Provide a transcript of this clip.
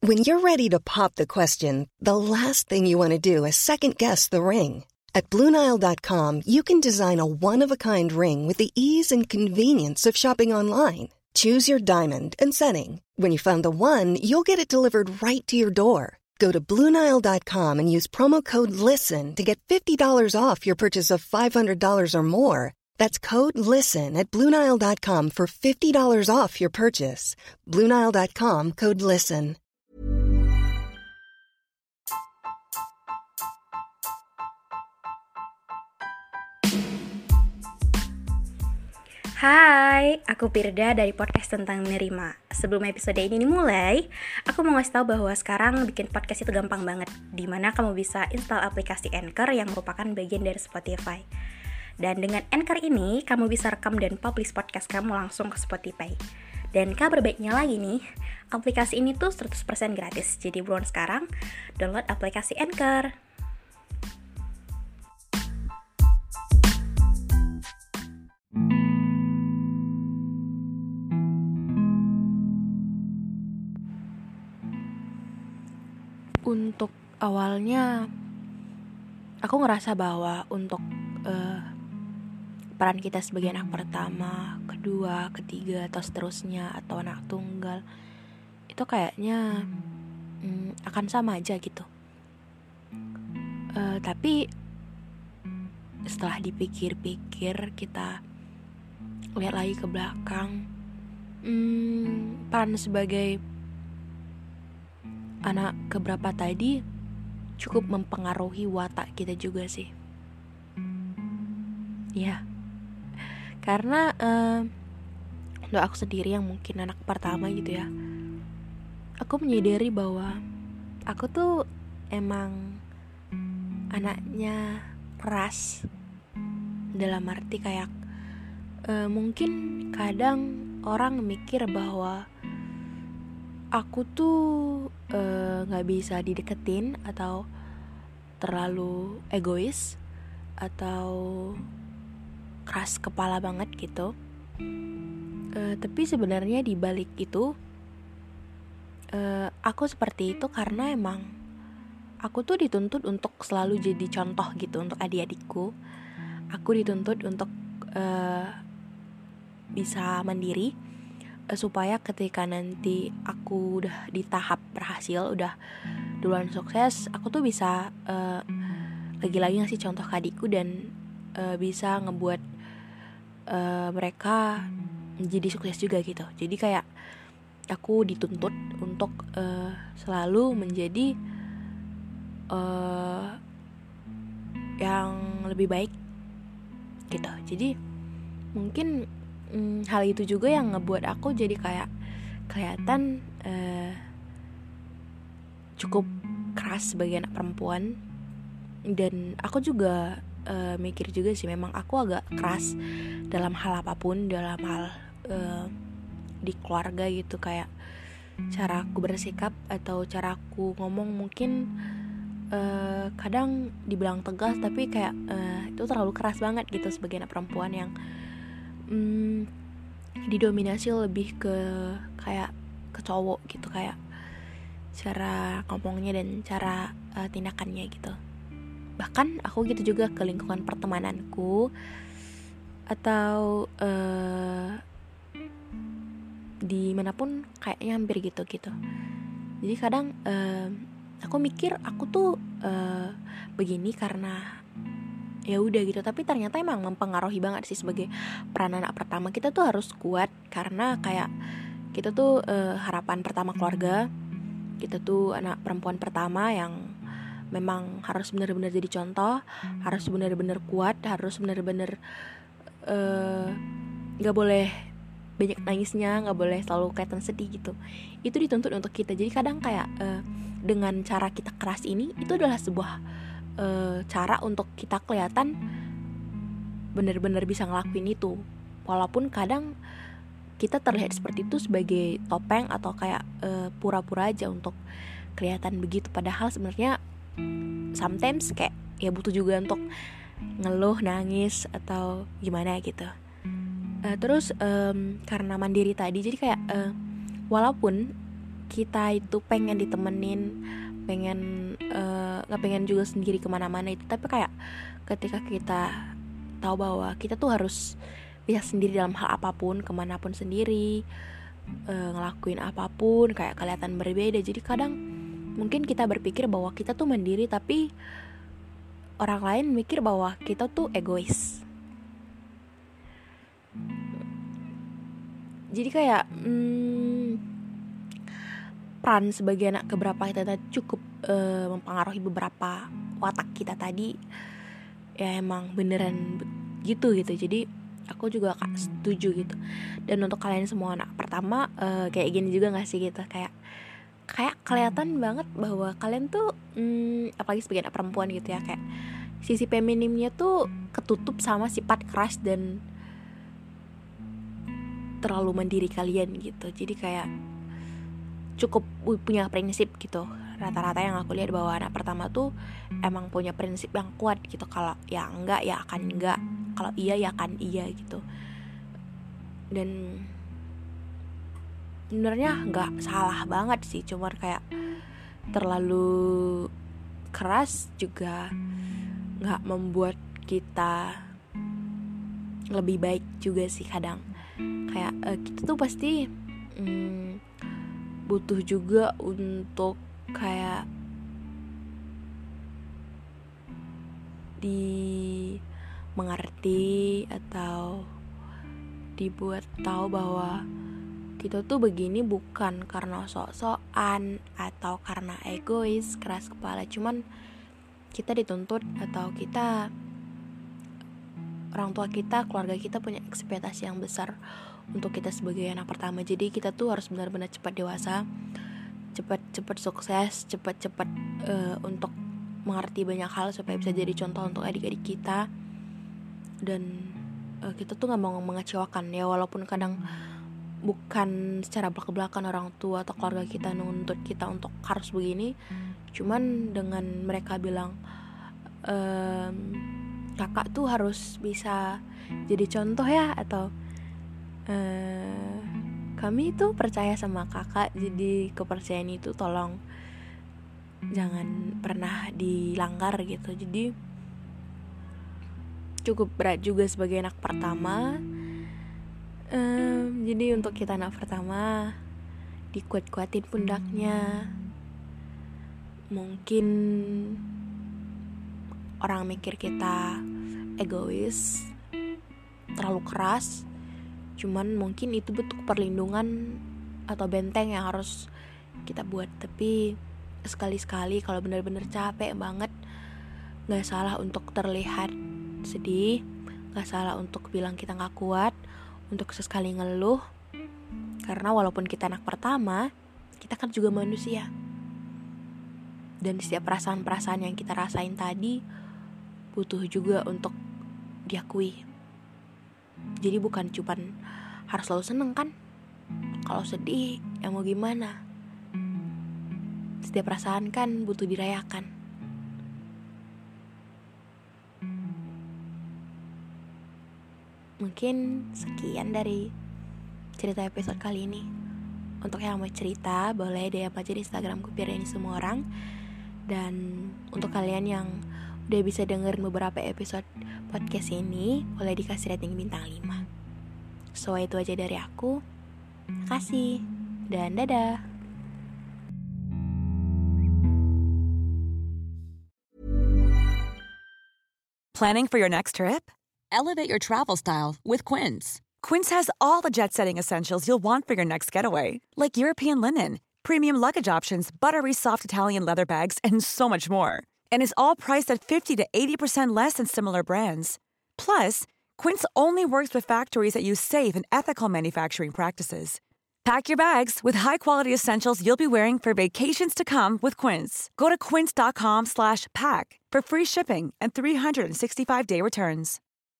When you're ready to pop the question, the last thing you want to do is second-guess the ring. At BlueNile.com, you can design a one-of-a-kind ring with the ease and convenience of shopping online. Choose your diamond and setting. When you find the one, you'll get it delivered right to your door. Go to BlueNile.com and use promo code LISTEN to get $50 off your purchase of $500 or more. That's code LISTEN at BlueNile.com for $50 off your purchase. BlueNile.com, code LISTEN. Hai, aku Pirda dari podcast tentang menerima. Sebelum episode ini dimulai, aku mau ngasih tahu bahwa sekarang bikin podcast itu gampang banget, dimana kamu bisa install aplikasi Anchor yang merupakan bagian dari Spotify. Dan dengan Anchor ini, kamu bisa rekam dan publish podcast kamu langsung ke Spotify. Dan kabar baiknya lagi nih, aplikasi ini tuh 100% gratis. Jadi buruan sekarang, download aplikasi Anchor. Untuk awalnya, aku ngerasa bahwa untuk peran kita sebagai anak pertama, kedua, ketiga, atau seterusnya, atau anak tunggal, itu kayaknya akan sama aja gitu. Tapi setelah dipikir-pikir, kita lihat lagi ke belakang, peran sebagai anak keberapa tadi cukup mempengaruhi watak kita juga sih. Ya, karena untuk aku sendiri yang mungkin anak pertama gitu ya, aku menyadari bahwa aku tuh emang anaknya keras. Dalam arti kayak mungkin kadang orang mikir bahwa aku tuh gak bisa dideketin, atau terlalu egois, atau keras kepala banget gitu. Tapi sebenarnya di balik itu, aku seperti itu karena emang aku tuh dituntut untuk selalu jadi contoh gitu untuk adik-adikku. Aku dituntut untuk bisa mandiri, supaya ketika nanti aku udah di tahap berhasil, udah duluan sukses, aku tuh bisa lagi-lagi ngasih contoh ke adikku dan bisa ngebuat mereka jadi sukses juga gitu. Jadi kayak aku dituntut untuk selalu menjadi yang lebih baik gitu. Jadi mungkin hal itu juga yang ngebuat aku jadi kayak kelihatan cukup keras sebagai anak perempuan. Dan aku juga mikir juga sih, memang aku agak keras dalam hal apapun, dalam hal di keluarga gitu, kayak cara aku bersikap atau cara aku ngomong mungkin kadang dibilang tegas, tapi kayak itu terlalu keras banget gitu sebagai anak perempuan yang didominasi lebih ke kayak ke cowok gitu, kayak cara ngomongnya dan cara tindakannya gitu. Bahkan aku gitu juga ke lingkungan pertemananku atau dimanapun kayaknya hampir gitu. Jadi kadang aku mikir aku tuh begini karena ya udah gitu, tapi ternyata emang mempengaruhi banget sih sebagai peran anak pertama. Kita tuh harus kuat karena kayak kita tuh harapan pertama keluarga. Kita tuh anak perempuan pertama yang memang harus benar-benar jadi contoh, harus benar-benar kuat, harus benar-benar gak boleh banyak nangisnya, gak boleh selalu kelihatan sedih gitu. Itu dituntut untuk kita. Jadi kadang kayak dengan cara kita keras ini, itu adalah sebuah cara untuk kita kelihatan benar-benar bisa ngelakuin itu, walaupun kadang kita terlihat seperti itu sebagai topeng atau kayak pura-pura aja untuk kelihatan begitu, padahal sebenarnya sometimes kayak ya butuh juga untuk ngeluh, nangis atau gimana gitu. Terus karena mandiri tadi, jadi kayak walaupun kita itu pengen ditemenin, nggak pengen juga sendiri kemana-mana itu. Tapi kayak ketika kita tahu bahwa kita tuh harus bisa sendiri dalam hal apapun, kemanapun sendiri, ngelakuin apapun, kayak kelihatan berbeda. Jadi kadang mungkin kita berpikir bahwa kita tuh mandiri, tapi orang lain mikir bahwa kita tuh egois. Jadi kayak peran sebagai anak keberapa kita tadi cukup mempengaruhi beberapa watak kita tadi. Ya emang beneran gitu. Jadi aku juga setuju gitu. Dan untuk kalian semua anak pertama, kayak gini juga gak sih gitu, kayak kelihatan banget bahwa kalian tuh apalagi sebagai anak perempuan gitu ya, kayak sisi feminimnya tuh ketutup sama sifat keras dan terlalu mandiri kalian gitu. Jadi kayak cukup punya prinsip gitu. Rata-rata yang aku lihat bahwa anak pertama tuh emang punya prinsip yang kuat gitu. Kalau ya enggak ya akan enggak, kalau iya ya akan iya gitu. Dan sebenarnya nggak salah banget sih, cuma kayak terlalu keras juga nggak membuat kita lebih baik juga sih. Kadang kayak kita tuh pasti butuh juga untuk kayak dimengerti atau dibuat tahu bahwa kita tuh begini bukan karena sok-sokan atau karena egois, keras kepala. Cuman kita dituntut atau kita, orang tua kita, keluarga kita punya ekspektasi yang besar untuk kita sebagai anak pertama. Jadi kita tuh harus benar-benar cepat dewasa, cepat sukses, cepat untuk mengerti banyak hal supaya bisa jadi contoh untuk adik-adik kita. Dan kita tuh gak mau mengecewakan ya, walaupun kadang bukan secara belak-belakan orang tua atau keluarga kita nuntut kita untuk harus begini. Cuman dengan mereka bilang kakak tuh harus bisa jadi contoh ya, atau kami tuh percaya sama kakak, jadi kepercayaan itu tolong jangan pernah dilanggar gitu. Jadi cukup berat juga sebagai anak pertama. Jadi untuk kita anak pertama, dikuat-kuatin pundaknya. Mungkin orang mikir kita egois, terlalu keras, cuman mungkin itu bentuk perlindungan atau benteng yang harus kita buat. Tapi sekali-sekali kalau benar-benar capek banget, gak salah untuk terlihat sedih, gak salah untuk bilang kita gak kuat, untuk sesekali ngeluh. Karena walaupun kita anak pertama, kita kan juga manusia. Dan setiap perasaan-perasaan yang kita rasain tadi butuh juga untuk diakui. Jadi bukan cuma harus selalu seneng kan. Kalau sedih, ya mau gimana. Setiap perasaan kan butuh dirayakan. Mungkin sekian dari cerita episode kali ini. Untuk yang mau cerita, boleh DM aja di Instagramku biar ini semua orang. Dan untuk kalian yang udah bisa dengerin beberapa episode podcast ini, boleh dikasih rating bintang 5. So itu aja dari aku. Makasih dan dadah. Planning for your next trip? Elevate your travel style with Quince. Quince has all the jet-setting essentials you'll want for your next getaway, like European linen, premium luggage options, buttery soft Italian leather bags, and so much more. And is all priced at 50 to 80% less than similar brands. Plus, Quince only works with factories that use safe and ethical manufacturing practices. Pack your bags with high-quality essentials you'll be wearing for vacations to come with Quince. Go to quince.com/pack for free shipping and 365-day returns.